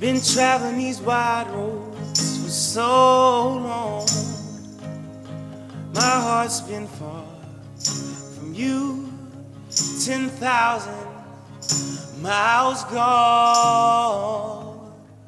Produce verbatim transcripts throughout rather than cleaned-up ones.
Been traveling these wide roads for so long. My heart's been far from you, ten thousand miles gone.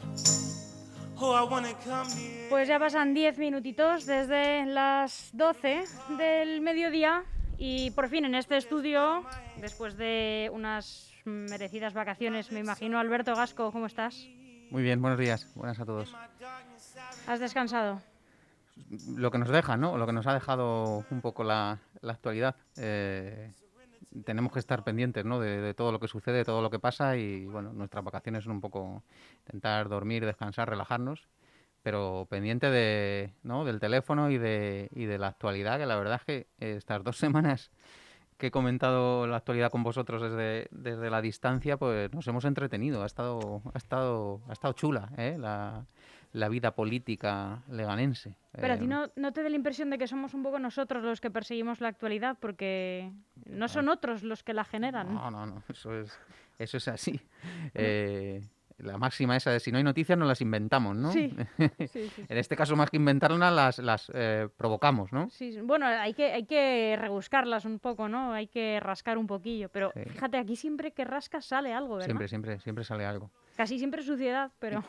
Oh, I wanna come near. Pues ya pasan diez minutitos desde las doce del mediodía y por fin en este estudio, después de unas merecidas vacaciones, me imagino. Alberto Gasco, ¿cómo estás? Muy bien, buenos días, buenas a todos. ¿Has descansado? Lo que nos deja, ¿no? Lo que nos ha dejado un poco la, la actualidad. Eh, tenemos que estar pendientes, ¿no? De, de todo lo que sucede, de todo lo que pasa y, bueno, nuestras vacaciones son un poco intentar dormir, descansar, relajarnos, pero pendiente de, ¿no? Del teléfono y de, y de la actualidad, que la verdad es que estas dos semanas que he comentado la actualidad con vosotros desde, desde la distancia, pues nos hemos entretenido. Ha estado, ha estado, ha estado chula, ¿eh? La, la vida política leganense. Pero eh, a ti no, no te da la impresión de que somos un poco nosotros los que perseguimos la actualidad, porque no son otros los que la generan. No, no, no, eso es, eso es así. Eh, la máxima esa de si no hay noticias no las inventamos, ¿no? Sí, sí, sí, sí. En este caso, más que inventarlas, las, las eh, provocamos, ¿no? Sí, bueno, hay que, hay que rebuscarlas un poco, ¿no? Hay que rascar un poquillo. Pero Sí. fíjate, aquí siempre que rascas sale algo, ¿verdad? Siempre, siempre, siempre sale algo. Casi siempre suciedad, pero...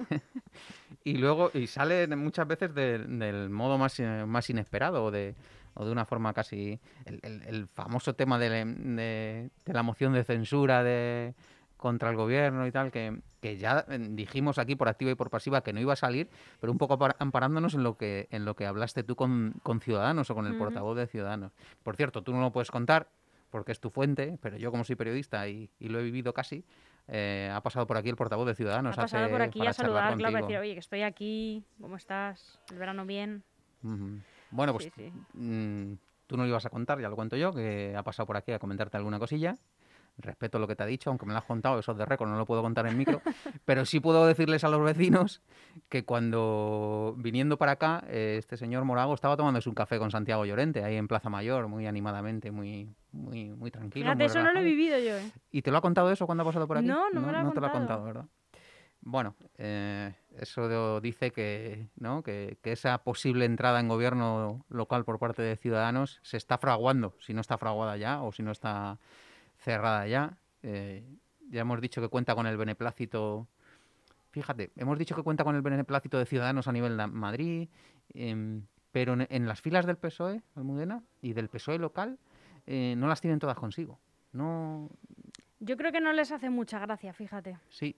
Y luego, y sale muchas veces de- del modo más, eh, más inesperado o de, o de una forma casi... El, el- el famoso tema de, de- de la moción de censura de, contra el gobierno y tal, que, que ya eh, dijimos aquí por activa y por pasiva que no iba a salir, pero un poco apar- amparándonos en lo que, en lo que hablaste tú con, con Ciudadanos o con el Ujú. portavoz de Ciudadanos. Por cierto, tú no lo puedes contar porque es tu fuente, pero yo como soy periodista y, y lo he vivido casi, eh, ha pasado por aquí el portavoz de Ciudadanos Ha pasado hace- por aquí para a charlar saludar, claro, para contigo. decir, oye, que estoy aquí, ¿cómo estás? ¿El verano bien? Ujú. Bueno, pues Sí, sí. mm, tú no lo ibas a contar, ya lo cuento yo, que ha pasado por aquí a comentarte alguna cosilla. Respeto lo que te ha dicho, aunque me lo has contado, eso es de récord, no lo puedo contar en micro, pero sí puedo decirles a los vecinos que cuando viniendo para acá, eh, este señor Morago estaba tomándose un café con Santiago Llorente, ahí en Plaza Mayor, muy animadamente, muy, muy, muy tranquilo, Fíjate, muy eso no lo he relajado. vivido yo, ¿eh? ¿Y te lo ha contado eso cuando ha pasado por aquí? No, no me lo ha no te lo ha contado. contado, ¿verdad? Bueno, eh, eso de- dice que, ¿no? que, que esa posible entrada en gobierno local por parte de Ciudadanos se está fraguando, si no está fraguada ya o si no está cerrada ya. Eh, ya hemos dicho que cuenta con el beneplácito. Fíjate, hemos dicho que cuenta con el beneplácito de Ciudadanos a nivel de Madrid, em, pero en, en las filas del P S O E, Almudena, y del P S O E local, eh, no las tienen todas consigo. No, Yo creo que no les hace mucha gracia, fíjate. sí.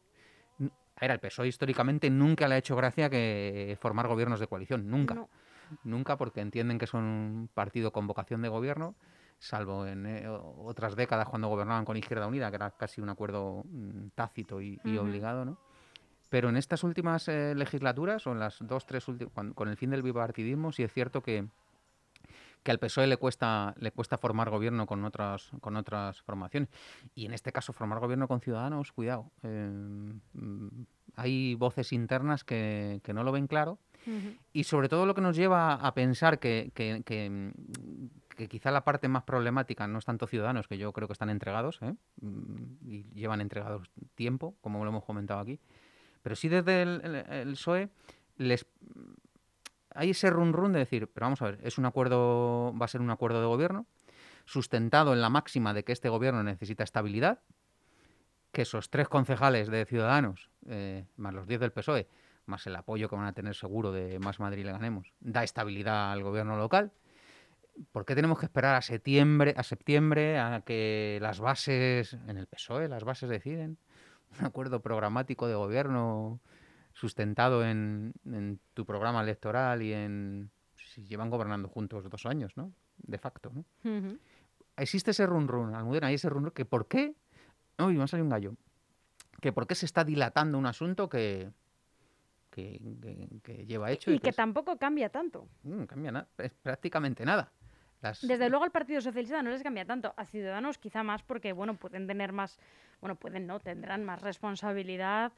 N- A ver, al P S O E históricamente nunca le ha hecho gracia que formar gobiernos de coalición, nunca. No. Nunca, porque entienden que son un partido con vocación de gobierno, salvo en eh, o- otras décadas cuando gobernaban con Izquierda Unida, que era casi un acuerdo mm, tácito y, y Ujú. obligado, ¿no? Pero en estas últimas eh, legislaturas, o en las dos, tres últimas, con el fin del bipartidismo, sí es cierto que, que al P S O E le cuesta, le cuesta formar gobierno con otras, con otras formaciones. Y en este caso, formar gobierno con Ciudadanos, cuidado. eh, mm, hay voces internas que, que no lo ven claro. Ujú. Y sobre todo lo que nos lleva a pensar que, que, que, mm, que quizá la parte más problemática no es tanto Ciudadanos, que yo creo que están entregados, ¿eh? Mm, y llevan entregados tiempo, como lo hemos comentado aquí, pero sí desde el, el- el P S O E les hay ese run run de decir, pero vamos a ver, es un acuerdo, va a ser un acuerdo de gobierno sustentado en la máxima de que este gobierno necesita estabilidad, que esos tres concejales de Ciudadanos, eh, más los diez del P S O E, más el apoyo que van a tener seguro de Más Madrid le ganemos, da estabilidad al gobierno local. ¿Por qué tenemos que esperar a septiembre, a septiembre a que las bases, en el P S O E, las bases deciden? Un acuerdo programático de gobierno sustentado en, en tu programa electoral y en... Si llevan gobernando juntos dos años, ¿no? De facto, ¿no? Ujú. Existe ese run run, Almudena, hay ese run run que ¿por qué? Uy, me ha salido un gallo. Que ¿por qué se está dilatando un asunto que, que, que- que lleva hecho Y y que que es- tampoco cambia tanto. no cambia nada, es prácticamente nada. Las, Desde luego al Partido Socialista no les cambia tanto. A Ciudadanos quizá más porque, bueno, pueden tener más, bueno, pueden no, tendrán más responsabilidad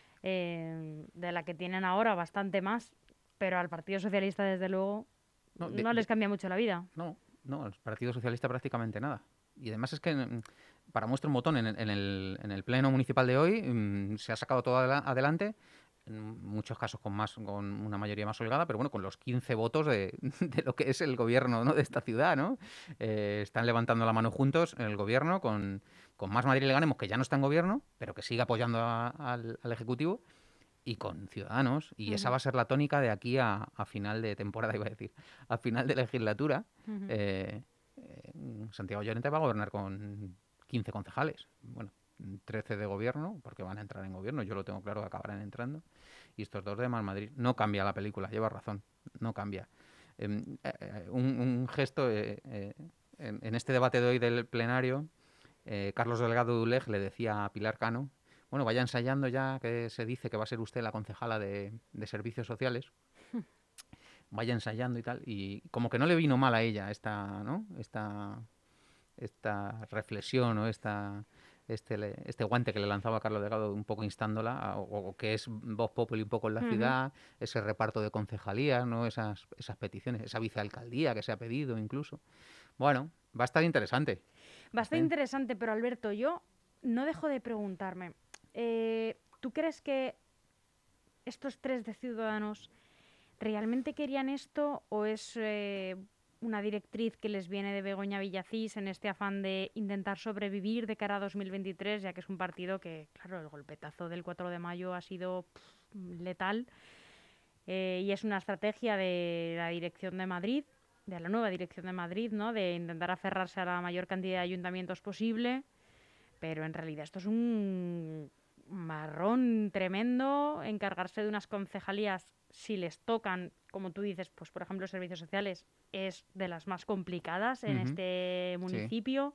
eh, de la que tienen ahora, bastante más. Pero al Partido Socialista, desde luego, no, de- no les de- cambia mucho la vida. no, no, al Partido Socialista prácticamente nada. Y además es que mm, para muestra un botón, en el, en el, en el pleno municipal de hoy mmm, se ha sacado todo adela- adelante, en muchos casos con más con una mayoría más holgada, pero bueno, con los quince votos de, de lo que es el gobierno, ¿no?, de esta ciudad, ¿no? Eh, están levantando la mano juntos en el gobierno con, con Más Madrid le ganemos, que ya no está en gobierno, pero que sigue apoyando a- al, al Ejecutivo, y con Ciudadanos, y esa va Ujú, a ser la tónica de aquí a, a final de temporada, iba a decir, a final de legislatura. ujú. eh, eh, Santiago Llorente va a gobernar con quince concejales. Bueno, trece de gobierno, porque van a entrar en gobierno, yo lo tengo claro que acabarán entrando, y estos dos de Más Madrid. No cambia la película, lleva razón, no cambia. Em, eh, eh, un, un gesto, eh, eh, en, en este debate de hoy del plenario, eh, Carlos Delgado de Uleg le decía a Pilar Cano, bueno, vaya ensayando ya que se dice que va a ser usted la concejala de, de servicios sociales, vaya ensayando y tal, y como que no le vino mal a ella esta, ¿no?, esta, esta reflexión o esta, este, le- este guante que le lanzaba Carlos Delgado, un poco instándola, a- o, o que es voz populi un poco en la Ujú. ciudad, ese reparto de concejalías, ¿no?, esas, esas peticiones, esa vicealcaldía que se ha pedido incluso. Bueno, va a estar interesante. Va a Bastante estar- interesante, pero Alberto, yo no dejo de preguntarme, eh, ¿tú crees que estos tres de Ciudadanos realmente querían esto o es eh, una directriz que les viene de Begoña Villacís en este afán de intentar sobrevivir de cara a dos mil veintitrés, ya que es un partido que, claro, el golpetazo del cuatro de mayo ha sido pff, letal, eh, y es una estrategia de la dirección de Madrid, de la nueva dirección de Madrid, ¿no?, de intentar aferrarse a la mayor cantidad de ayuntamientos posible, pero en realidad esto es un marrón tremendo, encargarse de unas concejalías si les tocan, como tú dices, pues por ejemplo servicios sociales, es de las más complicadas en Ujú, este sí. municipio.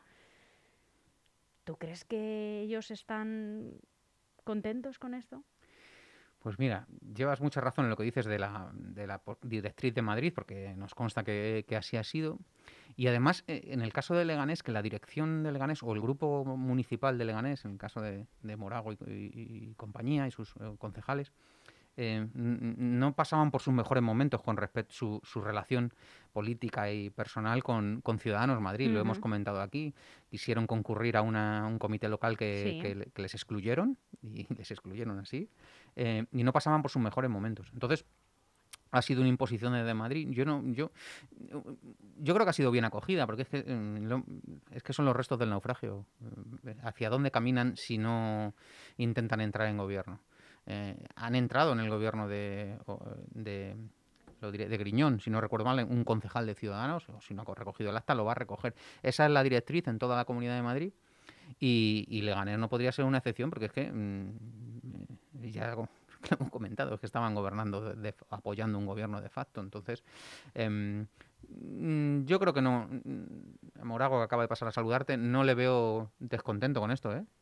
¿Tú crees que ellos están contentos con esto? Pues mira, llevas mucha razón en lo que dices de la, de la po- directriz de Madrid, porque nos consta que, que así ha sido. Y además, eh, en el caso de Leganés, que la dirección de Leganés o el grupo municipal de Leganés, en el caso de, de Morago y, y- y compañía y sus eh, concejales, eh, n- n- no pasaban por sus mejores momentos con respecto su, su relación política y personal con, con Ciudadanos Madrid. Lo hemos Ujú. comentado aquí. Quisieron concurrir a una- un comité local que, Sí. que le- que les excluyeron, y les excluyeron así, eh, y no pasaban por sus mejores momentos. Entonces, ha sido una imposición desde Madrid. Yo no, yo, yo creo que ha sido bien acogida, porque es que, eh, lo- es que son los restos del naufragio. Eh, ¿Hacia dónde caminan si no intentan entrar en gobierno? Eh, han entrado en el gobierno de, o, de, lo diré, de Griñón, si no recuerdo mal, un concejal de Ciudadanos, o si no ha recogido el acta, lo va a recoger. Esa es la directriz en toda la Comunidad de Madrid, y, y Leganés no podría ser una excepción, porque es que, mm, ya lo hemos comentado, es que estaban gobernando, de- de- apoyando un gobierno de facto. Entonces, em, mm, yo creo que no. mm, Morago, que acaba de pasar a saludarte, no le veo descontento con esto, ¿eh?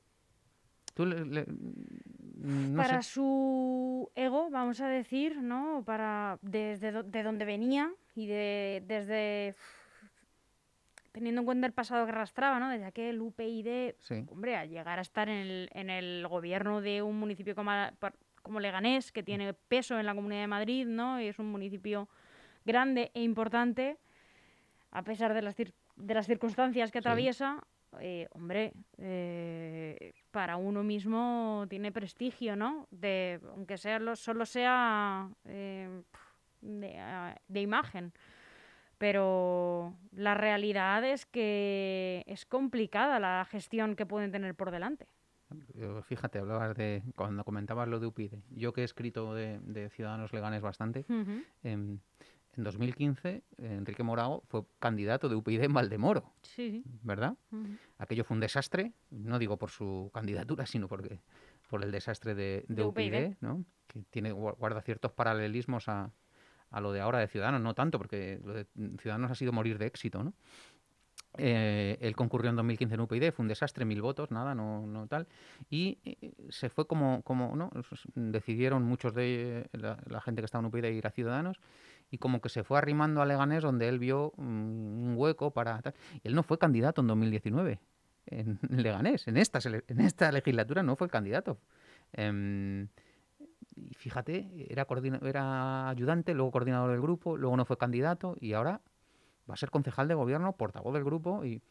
Tú le- le- mm, no Para sé. su ego, vamos a decir, ¿no? Para desde do- de donde venía y de desde teniendo en cuenta el pasado que arrastraba, ¿no? Desde aquel U P yD, Sí. hombre, a llegar a estar en el, en el gobierno de un municipio como, a- par- como Leganés, que tiene peso en la Comunidad de Madrid, ¿no? Y es un municipio grande e importante, a pesar de las, cir- de las circunstancias que Sí. atraviesa. Eh, hombre, eh, para uno mismo tiene prestigio, ¿no? De, aunque sea lo- solo sea eh, de, ah, de imagen. Pero la realidad es que es complicada la gestión que pueden tener por delante. Yo, fíjate, hablabas de, cuando comentabas lo de U P yD, yo que he escrito de, de Ciudadanos Leganes bastante, Ujú. em, en dos mil quince eh, Enrique Morago fue candidato de U P yD en Valdemoro, Sí, sí. ¿verdad? Ujú. Aquello fue un desastre, no digo por su candidatura, sino porque por el desastre de, de De U P yD. U P yD, ¿no? Que tiene, gua- guarda ciertos paralelismos a, a lo de ahora de Ciudadanos, no tanto, porque lo de Ciudadanos ha sido morir de éxito, ¿no? Eh, él concurrió en dos mil quince en U P yD, fue un desastre, mil votos, nada, no, no tal. Y eh, se fue como, como ¿no? Esos- decidieron muchos de la, la gente que estaba en U P yD ir a Ciudadanos, y como que se fue arrimando a Leganés, donde él vio mm, un hueco para tal. Y él no fue candidato en dos mil diecinueve en Leganés, en esta, sele- en esta legislatura no fue candidato. Em, y fíjate, era, coordina- era ayudante, luego coordinador del grupo, luego no fue candidato, y ahora va a ser concejal de gobierno, portavoz del grupo, y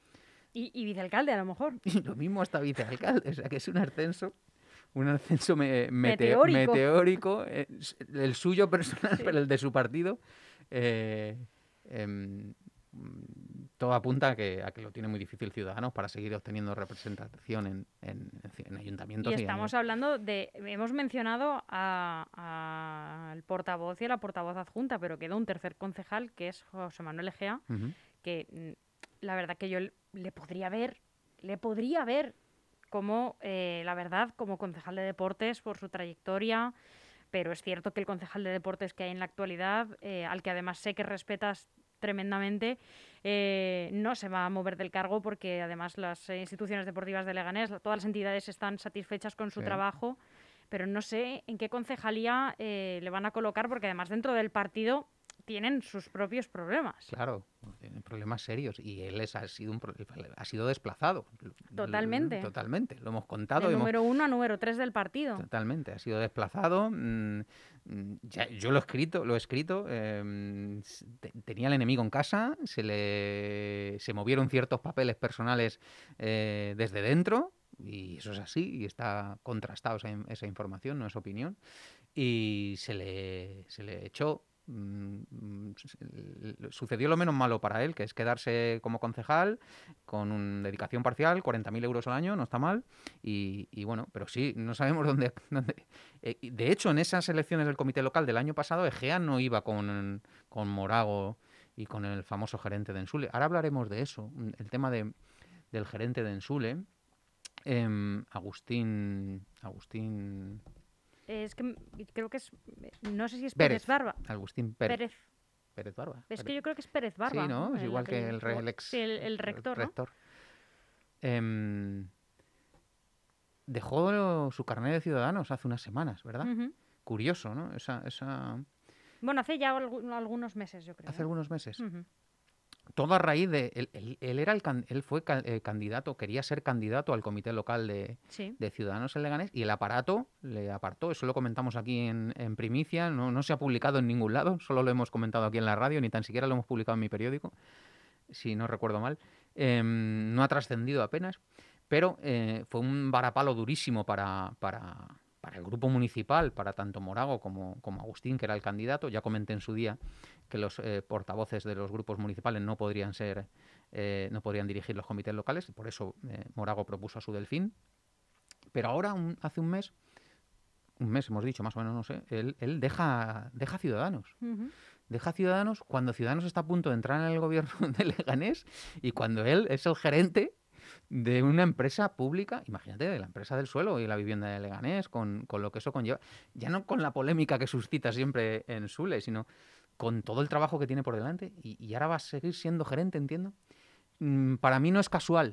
Y, y vicealcalde, a lo mejor. Y lo mismo hasta vicealcalde, o sea que es un ascenso, un ascenso me- mete- Meteórico. meteórico, eh, s- el suyo personal, Sí. pero el de su partido. eh, em, mm, todo apunta a que, a que lo tiene muy difícil Ciudadanos para seguir obteniendo representación en, en- en Y ayuntamientos. Y a nivel- estamos hablando de, hemos mencionado a- a- al portavoz y a la portavoz adjunta, pero queda un tercer concejal que es José Manuel Egea, Ujú. que mm, la verdad que yo l- le podría ver, le podría ver como, eh, la verdad, como concejal de deportes por su trayectoria, pero es cierto que el concejal de deportes que hay en la actualidad, eh, al que además sé que respetas tremendamente, eh, no se va a mover del cargo porque además las eh, instituciones deportivas de Leganés, la- todas las entidades están satisfechas con su Sí. trabajo, pero no sé en qué concejalía eh, le van a colocar porque además dentro del partido tienen sus propios problemas. Claro, tiene problemas serios y él es, ha, sido un, pro- ha sido desplazado. L- Totalmente. Totalmente, lo hemos contado. De hemos- número uno a número tres del partido. Totalmente, ha sido desplazado. mm, mm, ya- yo lo he escrito, lo he escrito. em, s- te- tenía el enemigo en casa, se le se movieron ciertos papeles personales eh, desde dentro, y eso es así, y está contrastado esa, in- esa información, no es opinión. Y se le, se le echó. mm, mm, s- l- Sucedió lo menos malo para él, que es quedarse como concejal con un- dedicación parcial, cuarenta mil euros al año, no está mal. Y, y bueno, pero sí, no sabemos dónde... dónde- eh, y de hecho, en esas elecciones del comité local del año pasado, Egea no iba con, con Morago y con el famoso gerente de Ensule. Ahora hablaremos de eso, mm, el tema de, del gerente de Ensule. em, Agustín... Agustín... Es que m- creo que es, no sé si es Pérez. Pérez Barba. Agustín Pérez. Pérez. Pérez Barba. Es Pérez. que yo creo que es Pérez Barba. Sí, ¿no? Es El igual que el, apellido. re- el ex... Sí, el, el rector, ¿no? Em, dejó su carnet de Ciudadanos hace unas semanas, ¿verdad? Ujú. Curioso, ¿no? Esa, esa... Bueno, hace ya algu- algunos meses, yo creo. Hace algunos meses. Ujú. Todo a raíz de... Él, él- él era el can- él fue ca- eh, candidato, quería ser candidato al comité local de, Sí. de Ciudadanos en Leganés y el aparato le apartó. Eso lo comentamos aquí en, en primicia. No, no se ha publicado en ningún lado, solo lo hemos comentado aquí en la radio, ni tan siquiera lo hemos publicado en mi periódico, si no recuerdo mal. Em, no ha trascendido apenas, pero eh, fue un varapalo durísimo para, para, para el grupo municipal, para tanto Morago como, como Agustín, que era el candidato. Ya comenté en su día que los eh, portavoces de los grupos municipales no podrían ser, eh, no podrían dirigir los comités locales, y por eso eh, Morago propuso a su Delfín. Pero ahora, un- hace un mes, un mes hemos dicho, más o menos, no sé, él, él deja, deja Ciudadanos. Ujú. Deja Ciudadanos cuando Ciudadanos está a punto de entrar en el gobierno de Leganés y cuando él es el gerente de una empresa pública, imagínate, de la empresa del suelo y la vivienda de Leganés, con, con lo que eso conlleva, ya no con la polémica que suscita siempre en Sule, sino con todo el trabajo que tiene por delante, y, y ahora va a seguir siendo gerente, entiendo. Mm, para mí no es casual,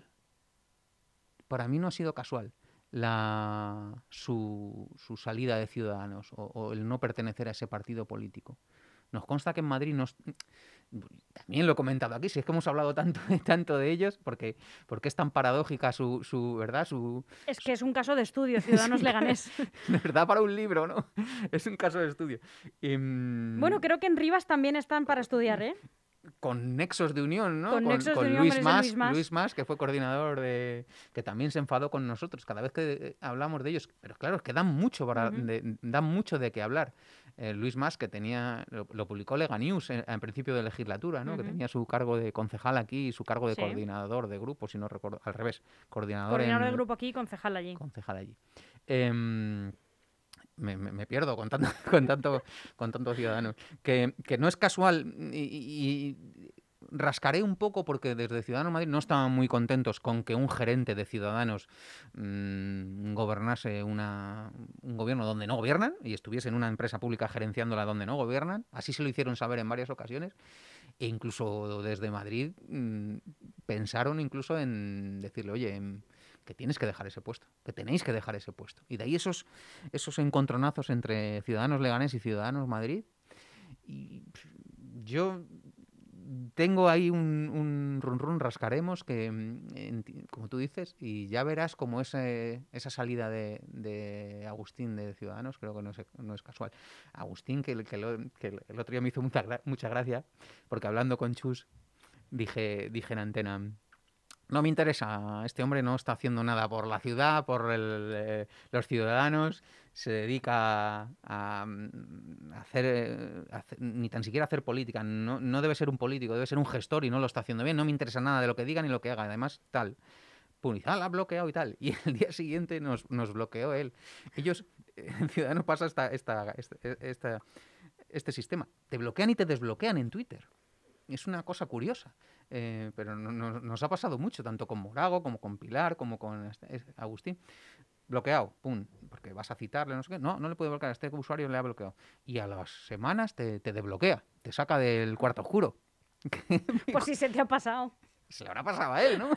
para mí no ha sido casual la, su, su salida de Ciudadanos o, o el no pertenecer a ese partido político. Nos consta que en Madrid nos... También lo he comentado aquí, si es que hemos hablado tanto, tanto de ellos, porque, porque es tan paradójica su, su ¿verdad? Su, Es que es un caso de estudio, Ciudadanos Leganés. de verdad para un libro, ¿no? Es un caso de estudio. Y, mm, Bueno, creo que en Rivas también están para estudiar, ¿eh? con nexos de unión, ¿no? Con nexos de unión, Luis con ese Mas, Luis Mas. Luis Mas, que fue coordinador de... que también se enfadó con nosotros cada vez que eh, hablamos de ellos. Pero claro, es que dan mucho para, Ujú. de, dan mucho de qué hablar. Eh, Luis Mas, que tenía... Lo, lo publicó Lega News en, en principio de legislatura, ¿no? Que Ujú. tenía su cargo de concejal aquí y su cargo de Sí. coordinador de grupo, si no recuerdo... Al revés, coordinador, Coordinador en... del grupo aquí y concejal allí. concejal allí. Em, me, me- me pierdo con tanto, con tanto, con tanto ciudadano. Que, que no es casual y, y- y rascaré un poco porque desde Ciudadanos Madrid no estaban muy contentos con que un gerente de Ciudadanos mm, gobernase una, un gobierno donde no gobiernan y estuviese en una empresa pública gerenciándola donde no gobiernan. Así se lo hicieron saber en varias ocasiones. E incluso desde Madrid mm, pensaron incluso en decirle, oye, em, que tienes que dejar ese puesto, que tenéis que dejar ese puesto. Y de ahí esos, esos encontronazos entre Ciudadanos Leganés y Ciudadanos Madrid. Y pf, yo tengo ahí un, un run run, rascaremos, que, mm, enti- como tú dices, y ya verás cómo ese, esa salida de, de Agustín de Ciudadanos, creo que no es, no es casual. Agustín, que, el- que, lo- que el el otro día me hizo mucha, gra- mucha gracia, porque hablando con Chus, dije, dije en antena, No me interesa, este hombre no está haciendo nada por la ciudad, por el, eh, los ciudadanos, se dedica a, a, mm, hacer, eh, a hacer- ni tan siquiera a hacer política, no, no debe ser un político, debe ser un gestor y no lo está haciendo bien, no me interesa nada de lo que diga ni lo que haga, además tal. Pum, y, ah, la ha bloqueado y tal. Y el día siguiente nos, nos bloqueó él. Ellos, en Ciudadanos pasa esta, esta, esta, esta- este sistema, te bloquean y te desbloquean en Twitter. Es una cosa curiosa, eh, pero no- no- nos ha pasado mucho, tanto con Morago, como con Pilar, como con este- es- Agustín. Bloqueado, pum, porque vas a citarle, no sé qué. No, no le puede bloquear, este usuario le ha bloqueado. Y a las semanas te, te desbloquea, te saca del cuarto oscuro. Pues si se te ha pasado. Se le habrá pasado a él, ¿no?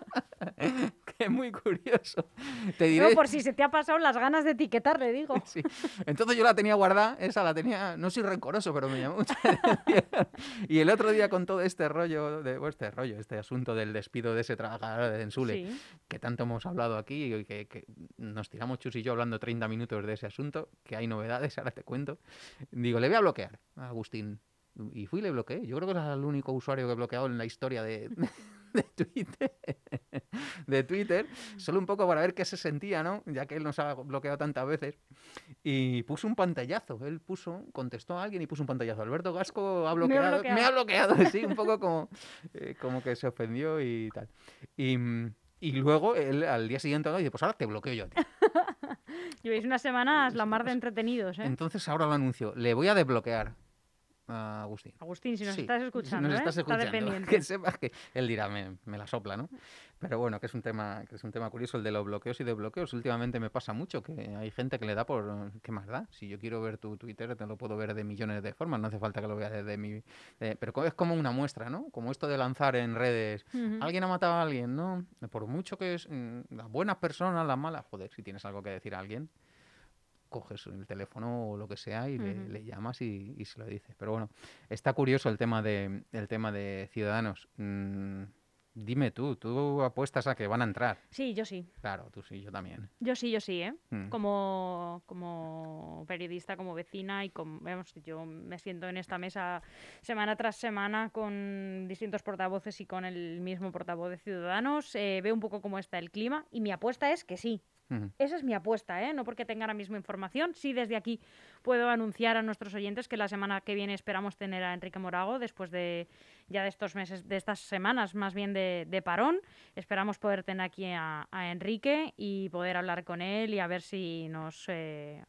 Que es muy curioso. Te No, diré. por si se te ha pasado las ganas de etiquetarle, digo. Sí. Entonces yo la tenía guardada, esa la tenía, no soy rencoroso, pero me llamó mucha atención. Y el otro día con todo este rollo, de, bueno, este rollo, este asunto del despido de ese trabajador de Ensule, Sí. que tanto hemos hablado aquí y que, que nos tiramos Chus y yo hablando treinta minutos de ese asunto, que hay novedades, ahora te cuento. Digo, le voy a bloquear a Agustín. Y fui y le bloqueé. Yo creo que es el único usuario que he bloqueado en la historia de, de Twitter. De Twitter, solo un poco para ver qué se sentía, ¿no? Ya que él nos ha bloqueado tantas veces. Y puso un pantallazo. Él puso, contestó a alguien y puso un pantallazo. Alberto Gasco ha Me ha bloqueado. bloqueado. Me ha bloqueado, sí, un poco como, eh, como que se ofendió y tal. Y, mm, y luego él al día siguiente ¿no? dice, pues ahora te bloqueo yo a ti. Lleváis unas semanas la mar de entretenidos, ¿eh? Entonces ahora lo anuncio. Le voy a desbloquear a Agustín. Agustín, si nos Sí, estás si escuchando, nos ¿eh? estás Está escuchando, dependiente. que sepas que él dirá, me, me la sopla, ¿no? Pero bueno, que es un tema, que es un tema curioso el de los bloqueos y desbloqueos. Últimamente me pasa mucho que hay gente que le da por ¿qué más da? Si yo quiero ver tu Twitter, te lo puedo ver de millones de formas, no hace falta que lo veas desde mi. de- pero co- es como una muestra, ¿no? Como esto de lanzar en redes. Ujú. Alguien ha matado a alguien, ¿no? Por mucho que es mm, las buenas personas, las malas, joder, si tienes algo que decir a alguien, coges el teléfono o lo que sea y le, Ujú. le llamas y, y se lo dices. Pero bueno, está curioso el tema de, el tema de Ciudadanos. Mm, dime tú, tú apuestas a que van a entrar. Sí, yo sí. Claro, tú sí, yo también. Yo sí, yo sí, ¿eh? Mm. Como, como periodista, como vecina y como, vamos, yo me siento en esta mesa semana tras semana con distintos portavoces y con el mismo portavoz de Ciudadanos. Eh, veo un poco cómo está el clima y mi apuesta es que sí. Ujú. Esa es mi apuesta, ¿eh? No porque tenga ahora mismo información. Sí, desde aquí puedo anunciar a nuestros oyentes que la semana que viene esperamos tener a Enrique Morago después de ya de estos meses, de estas semanas más bien de, de parón. Esperamos poder tener aquí a, a Enrique y poder hablar con él y a ver si nos eh,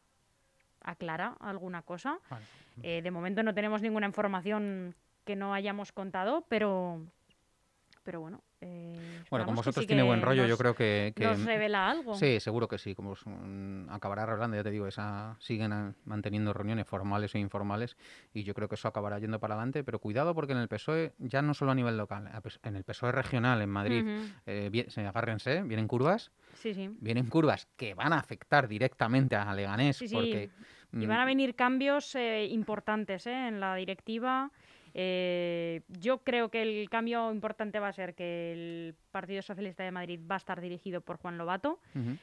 aclara alguna cosa. Vale. Eh, de momento no tenemos ninguna información que no hayamos contado, pero, pero bueno. Eh, Bueno, con esperamos que vosotros sí tiene que buen rollo, nos- yo creo que, que- nos revela algo. Sí, seguro que sí, como es un- acabará revelando, ya te digo, esa, siguen a- manteniendo reuniones formales e informales y yo creo que eso acabará yendo para adelante, pero cuidado porque en el P S O E, ya no solo a nivel local, a pes- en el P S O E regional, en Madrid, Ujú. eh, vi- se agárrense, vienen curvas, Sí, sí. vienen curvas que van a afectar directamente a Leganés, Sí, sí. porque... Y mm, van a venir cambios eh, importantes ¿eh? en la directiva. Eh, yo creo que el cambio importante va a ser que el Partido Socialista de Madrid va a estar dirigido por Juan Lobato, ujú,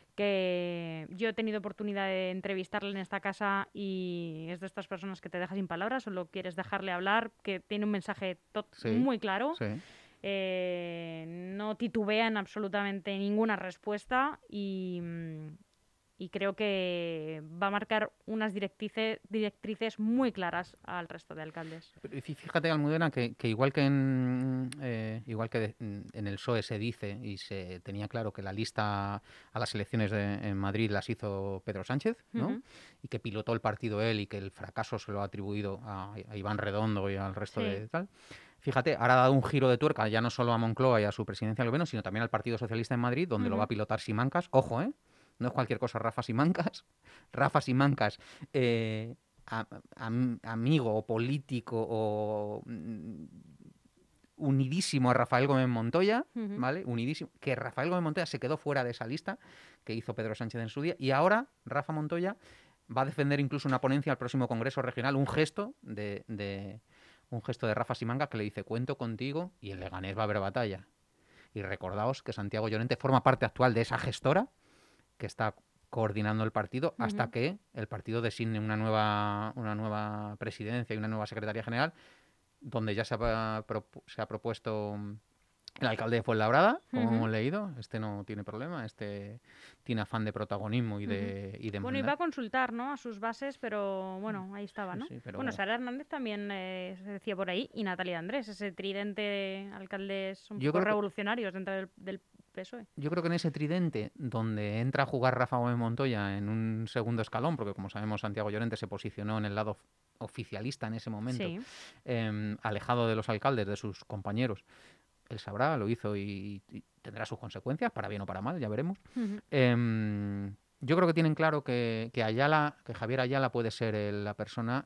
que yo he tenido oportunidad de entrevistarle en esta casa y es de estas personas que te deja sin palabras, solo quieres dejarle hablar, que tiene un mensaje to- Sí, muy claro. sí. Eh, no titubea en absolutamente ninguna respuesta y, mm, y creo que va a marcar unas directrices, directrices muy claras al resto de alcaldes. Pero fí- fíjate, Almudena, que, que igual que en eh, igual que de- en el P S O E se dice y se tenía claro que la lista a las elecciones de- en Madrid las hizo Pedro Sánchez, ¿no? Ujú. Y que pilotó el partido él y que el fracaso se lo ha atribuido a, a Iván Redondo y al resto Sí. de tal. Fíjate, ahora ha dado un giro de tuerca ya no solo a Moncloa y a su presidencia del gobierno, sino también al Partido Socialista en Madrid, donde lo va a Ujú. pilotar Simancas. Ojo, ¿eh? No es cualquier cosa Rafa Simancas. Rafa Simancas, eh, a- am- amigo o político o mm, unidísimo a Rafael Gómez Montoya, Ujú. ¿vale? Unidísimo. Que Rafael Gómez Montoya se quedó fuera de esa lista que hizo Pedro Sánchez en su día. Y ahora Rafa Montoya va a defender incluso una ponencia al próximo Congreso Regional, un gesto de, de- un gesto de Rafa Simancas que le dice cuento contigo y en Leganés va a haber batalla. Y recordaos que Santiago Llorente forma parte actual de esa gestora que está coordinando el partido hasta Ujú. que el partido designe una nueva, una nueva presidencia y una nueva secretaría general, donde ya se ha, propu- se ha propuesto mm, El alcalde de Fuenlabrada, como Ujú. hemos leído, este no tiene problema, este tiene afán de protagonismo y de, y de Bueno, mandar. iba a consultar, ¿no? A sus bases, pero bueno, ahí estaba, Sí, ¿no? sí, pero Bueno, Sara Hernández también eh, se decía por ahí, y Natalia Andrés, ese tridente de alcaldes un yo poco creo que revolucionarios dentro del, del P S O E. yo creo que en ese tridente donde entra a jugar Rafa Gómez Montoya en un segundo escalón, porque como sabemos Santiago Llorente se posicionó en el lado of- oficialista en ese momento, Sí. em, alejado de los alcaldes, de sus compañeros. Él sabrá, lo hizo y, y tendrá sus consecuencias, para bien o para mal, ya veremos. Ujú. Em, yo creo que tienen claro que, que Ayala, que Javier Ayala puede ser el- la persona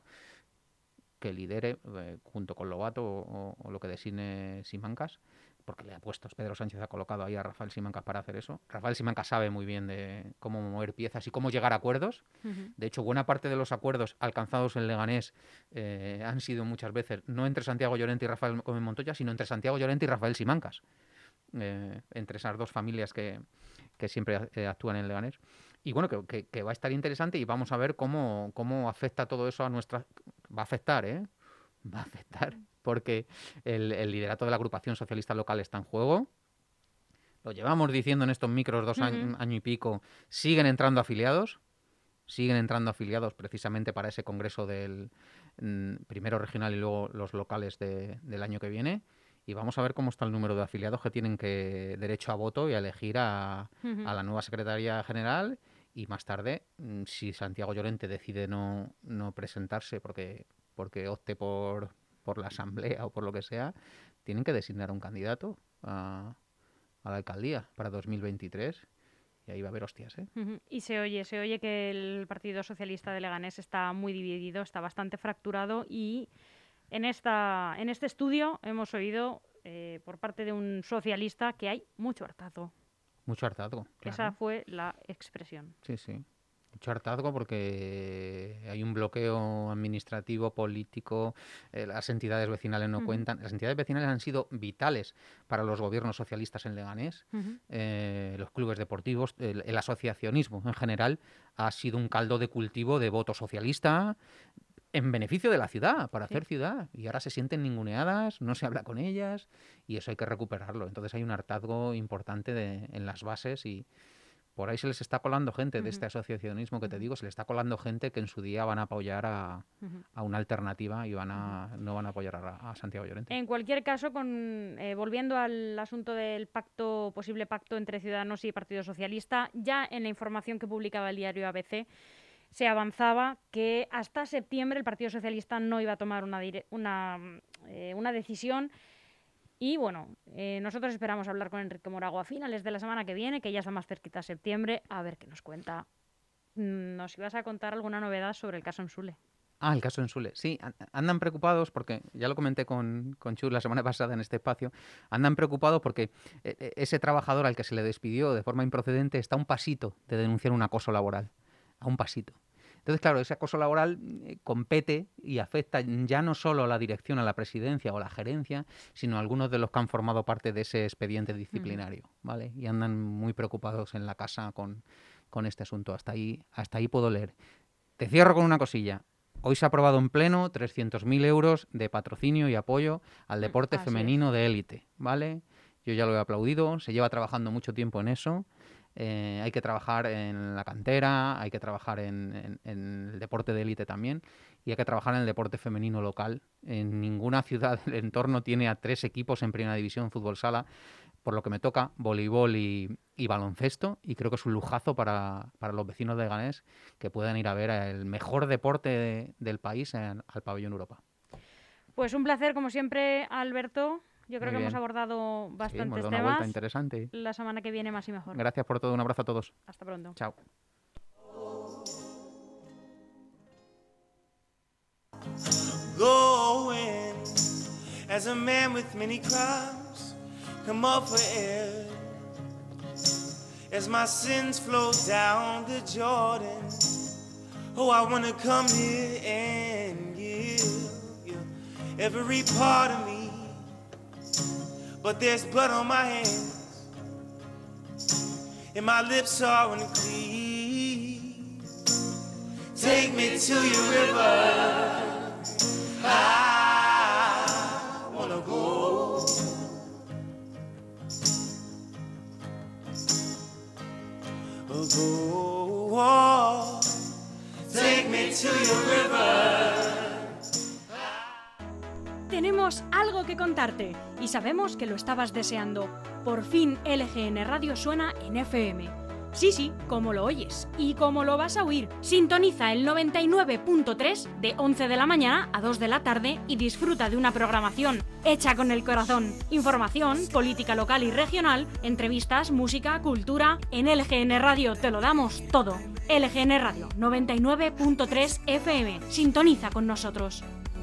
que lidere, eh, junto con Lobato o, o lo que designe Simancas, porque le ha puesto, Pedro Sánchez ha colocado ahí a Rafael Simancas para hacer eso. Rafael Simancas sabe muy bien de cómo mover piezas y cómo llegar a acuerdos. Ujú. De hecho, buena parte de los acuerdos alcanzados en Leganés eh, han sido muchas veces no entre Santiago Llorente y Rafael Gómez Montoya, sino entre Santiago Llorente y Rafael Simancas. Eh, entre esas dos familias que, que siempre eh, actúan en Leganés. Y bueno, que, que- que va a estar interesante y vamos a ver cómo, cómo afecta todo eso a nuestra... Va a afectar, ¿eh? Va a afectar, porque el, el liderato de la agrupación socialista local está en juego. Lo llevamos diciendo en estos micros dos Ujú. años año y pico. Siguen entrando afiliados. Siguen entrando afiliados precisamente para ese congreso del mm, primero regional y luego los locales de- del año que viene. Y vamos a ver cómo está el número de afiliados que tienen que derecho a voto y a elegir a, Ujú. a la nueva secretaria general. Y más tarde, mm, si Santiago Llorente decide no, no presentarse porque, porque opte por, por la asamblea o por lo que sea, tienen que designar a un candidato a, a la alcaldía para dos mil veintitrés. Y ahí va a haber hostias, ¿eh? Ujú. Y se oye, se oye que el Partido Socialista de Leganés está muy dividido, está bastante fracturado y en esta, en este estudio hemos oído eh, por parte de un socialista que hay mucho hartazgo. Mucho hartazgo, Esa claro. fue la expresión. Sí, sí. Mucho hartazgo porque hay un bloqueo administrativo, político, eh, las entidades vecinales no Ujú. cuentan. Las entidades vecinales han sido vitales para los gobiernos socialistas en Leganés. Ujú. Eh, los clubes deportivos, el, el asociacionismo en general ha sido un caldo de cultivo de voto socialista en beneficio de la ciudad, para Sí. hacer ciudad. Y ahora se sienten ninguneadas, no se habla con ellas y eso hay que recuperarlo. Entonces hay un hartazgo importante de- en las bases y por ahí se les está colando gente de este Ujú. asociacionismo que te Ujú. digo, se les está colando gente que en su día van a apoyar a, Ujú. a una alternativa y van a, no van a apoyar a, a Santiago Llorente. En cualquier caso, con, eh, volviendo al asunto del pacto, posible pacto entre Ciudadanos y Partido Socialista, ya en la información que publicaba el diario A B C se avanzaba que hasta septiembre el Partido Socialista no iba a tomar una, dire- una, eh, una decisión. Y bueno, eh, nosotros esperamos hablar con Enrique Morago a finales de la semana que viene, que ya está más cerquita de septiembre, a ver qué nos cuenta. Mm, Nos ibas a contar alguna novedad sobre el caso Ensule. Ah, el caso Ensule. Sí, an- andan preocupados porque, ya lo comenté con, con Chus la semana pasada en este espacio, andan preocupados porque eh, eh, ese trabajador al que se le despidió de forma improcedente está a un pasito de denunciar un acoso laboral. A un pasito. Entonces, claro, ese acoso laboral eh, compete y afecta ya no solo a la dirección, a la presidencia o a la gerencia, sino a algunos de los que han formado parte de ese expediente disciplinario, ¿vale? Y andan muy preocupados en la casa con, con este asunto. Hasta ahí, hasta ahí puedo leer. Te cierro con una cosilla. Hoy se ha aprobado en pleno trescientos mil euros de patrocinio y apoyo al deporte Así femenino es. de élite, ¿vale? Yo ya lo he aplaudido, se lleva trabajando mucho tiempo en eso. Eh, hay que trabajar en la cantera, hay que trabajar en, en- en el deporte de élite también y hay que trabajar en el deporte femenino local. En ninguna ciudad del entorno tiene a tres equipos en primera división fútbol sala, por lo que me toca voleibol y, y baloncesto, y creo que es un lujazo para, para los vecinos de Leganés que puedan ir a ver el mejor deporte de- del país en- al pabellón Europa. Pues un placer, como siempre, Alberto. Yo creo Muy que hemos bien. abordado Sí, hemos bastantes dado una vuelta temas. interesante. La semana que viene más y mejor. Gracias por todo, un abrazo a todos. Hasta pronto. Chao. Going as a man with many crimes, come up for air. As my sins flow down the Jordan, oh, I wanna come here and give you every part of me. But there's blood on my hands, and my lips are unclean. Take me to your river. I wanna go. Tenemos algo que contarte y sabemos que lo estabas deseando. Por fin L G N Radio suena en F M. Sí, sí, como lo oyes y como lo vas a oír. Sintoniza el noventa y nueve punto tres de once de la mañana a dos de la tarde y disfruta de una programación hecha con el corazón. Información, política local y regional, entrevistas, música, cultura. En L G N Radio te lo damos todo. L G N Radio noventa y nueve punto tres F M. Sintoniza con nosotros.